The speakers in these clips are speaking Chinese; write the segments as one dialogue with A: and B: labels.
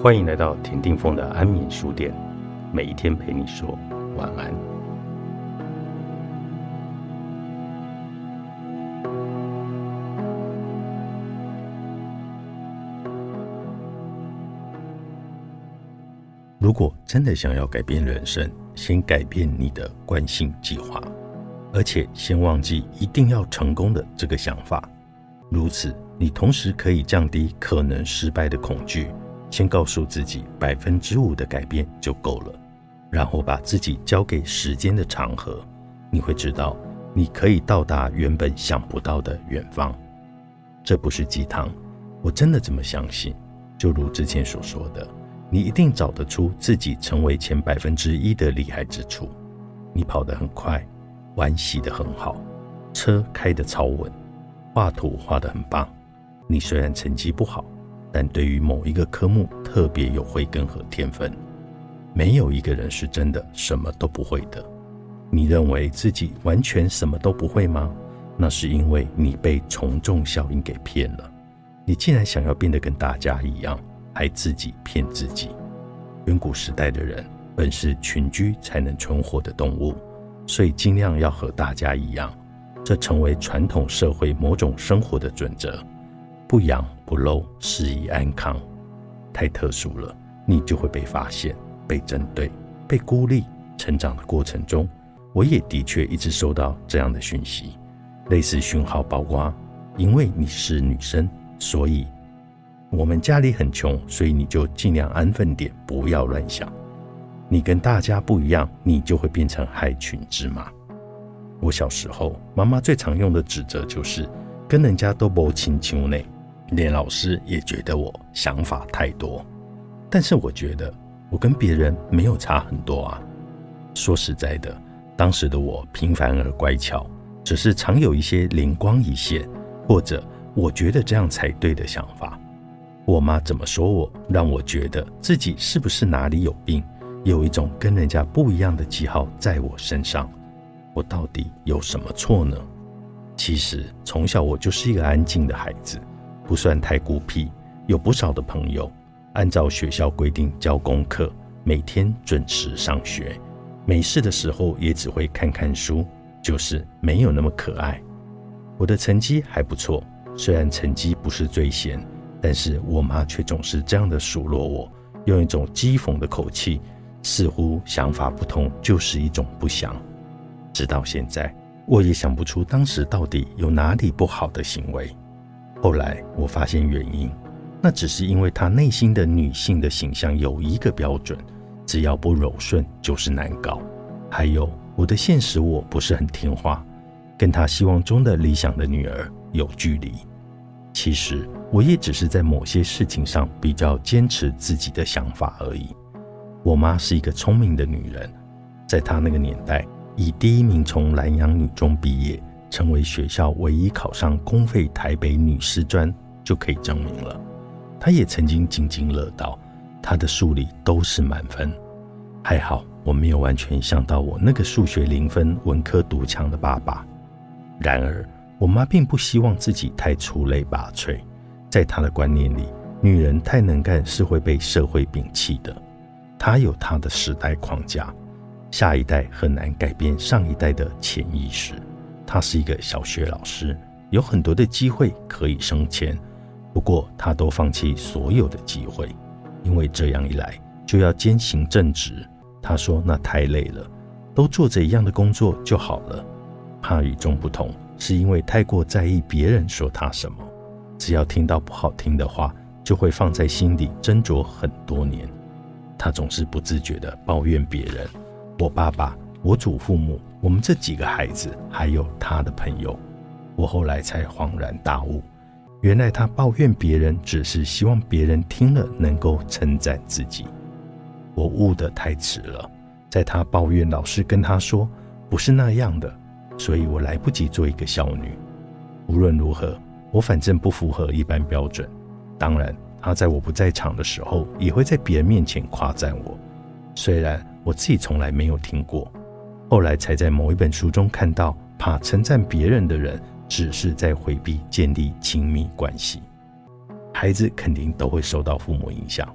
A: 欢迎来到田定峰的安眠书店，每一天陪你说晚安。如果真的想要改变人生，先改变你的惯性计划，而且先忘记一定要成功的这个想法。如此，你同时可以降低可能失败的恐惧，先告诉自己5%的改变就够了，然后把自己交给时间的长河，你会知道你可以到达原本想不到的远方。这不是鸡汤，我真的这么相信。就如之前所说的，你一定找得出自己成为前1%的厉害之处。你跑得很快，碗洗得很好，车开得超稳，画图画得很棒。你虽然成绩不好，但对于某一个科目特别有慧根和天分。没有一个人是真的什么都不会的。你认为自己完全什么都不会吗？那是因为你被从众效应给骗了。你既然想要变得跟大家一样，还自己骗自己。远古时代的人本是群居才能存活的动物，所以尽量要和大家一样，这成为传统社会某种生活的准则。不扬不露，是以安康。太特殊了，你就会被发现，被针对，被孤立。成长的过程中，我也的确一直收到这样的讯息，类似讯号包括因为你是女生，所以我们家里很穷，所以你就尽量安分点，不要乱想。你跟大家不一样，你就会变成害群之马。我小时候，妈妈最常用的指责就是跟人家都没亲像呢，连老师也觉得我想法太多。但是我觉得我跟别人没有差很多啊。说实在的，当时的我平凡而乖巧，只是常有一些灵光一现，或者我觉得这样才对的想法。我妈怎么说我，让我觉得自己是不是哪里有病，有一种跟人家不一样的记号在我身上。我到底有什么错呢？其实从小我就是一个安静的孩子，不算太孤僻，有不少的朋友，按照学校规定交功课，每天准时上学，没事的时候也只会看看书，就是没有那么可爱。我的成绩还不错，虽然成绩不是最先，但是我妈却总是这样的数落我，用一种讥讽的口气，似乎想法不同就是一种不祥。直到现在，我也想不出当时到底有哪里不好的行为。后来我发现原因，那只是因为她内心的女性的形象有一个标准，只要不柔顺就是难搞。还有我的现实我不是很听话，跟她希望中的理想的女儿有距离。其实我也只是在某些事情上比较坚持自己的想法而已。我妈是一个聪明的女人，在她那个年代，以第1名从南洋女中毕业，成为学校唯一考上公费台北女师专就可以证明了。她也曾经津津乐道，她的数理都是满分。还好我没有完全像到我那个数学0分文科独强的爸爸。然而我妈并不希望自己太出类拔萃，在她的观念里，女人太能干是会被社会摒弃的。她有她的时代框架，下一代很难改变上一代的潜意识。她是一个小学老师，有很多的机会可以升迁，不过她都放弃所有的机会，因为这样一来就要兼行正职。她说那太累了，都做着一样的工作就好了。她与众不同，是因为太过在意别人说她什么，只要听到不好听的话，就会放在心里斟酌很多年。她总是不自觉地抱怨别人，我爸爸，我祖父母，我们这几个孩子，还有她的朋友。我后来才恍然大悟，原来她抱怨别人只是希望别人听了能够称赞自己。我悟得太迟了，在她抱怨老师跟她说不是那样的，所以我来不及做一个孝女。无论如何，我反正不符合一般标准。当然，她在我不在场的时候，也会在别人面前夸赞我，虽然我自己从来没有听过。后来才在某一本书中看到，怕称赞别人的人，只是在回避建立亲密关系。孩子肯定都会受到父母影响，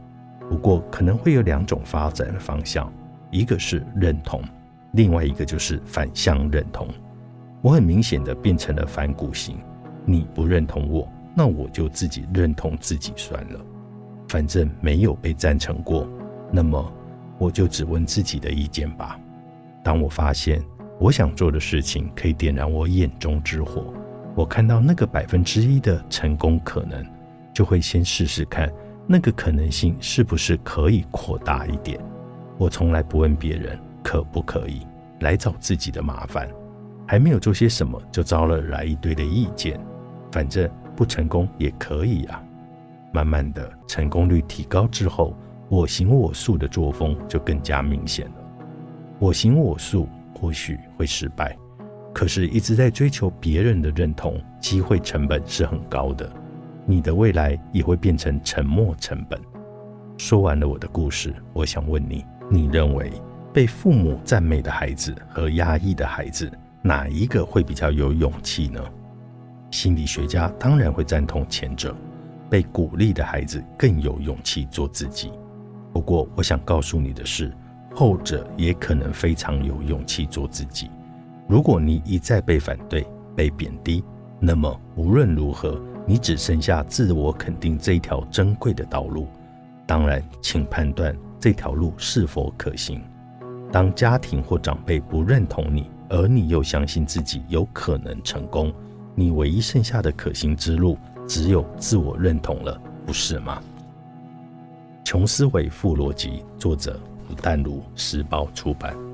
A: 不过可能会有2种发展的方向，一个是认同，另外一个就是反向认同。我很明显的变成了反骨型，你不认同我，那我就自己认同自己算了，反正没有被赞成过，那么我就只问自己的意见吧。当我发现我想做的事情可以点燃我眼中之火，我看到那个1%的成功可能，就会先试试看那个可能性是不是可以扩大一点。我从来不问别人可不可以，来找自己的麻烦。还没有做些什么就招了来一堆的意见，反正不成功也可以啊。慢慢的成功率提高之后，我行我素的作风就更加明显了。我行我素或许会失败，可是一直在追求别人的认同，机会成本是很高的，你的未来也会变成沉没成本。说完了我的故事，我想问你，你认为被父母赞美的孩子和压抑的孩子，哪一个会比较有勇气呢？心理学家当然会赞同前者，被鼓励的孩子更有勇气做自己。不过我想告诉你的是，后者也可能非常有勇气做自己。如果你一再被反对、被贬低，那么无论如何，你只剩下自我肯定这一条珍贵的道路。当然，请判断这条路是否可行。当家庭或长辈不认同你，而你又相信自己有可能成功，你唯一剩下的可行之路只有自我认同了，不是吗？穷思维富逻辑，作者吴淡如，时报出版。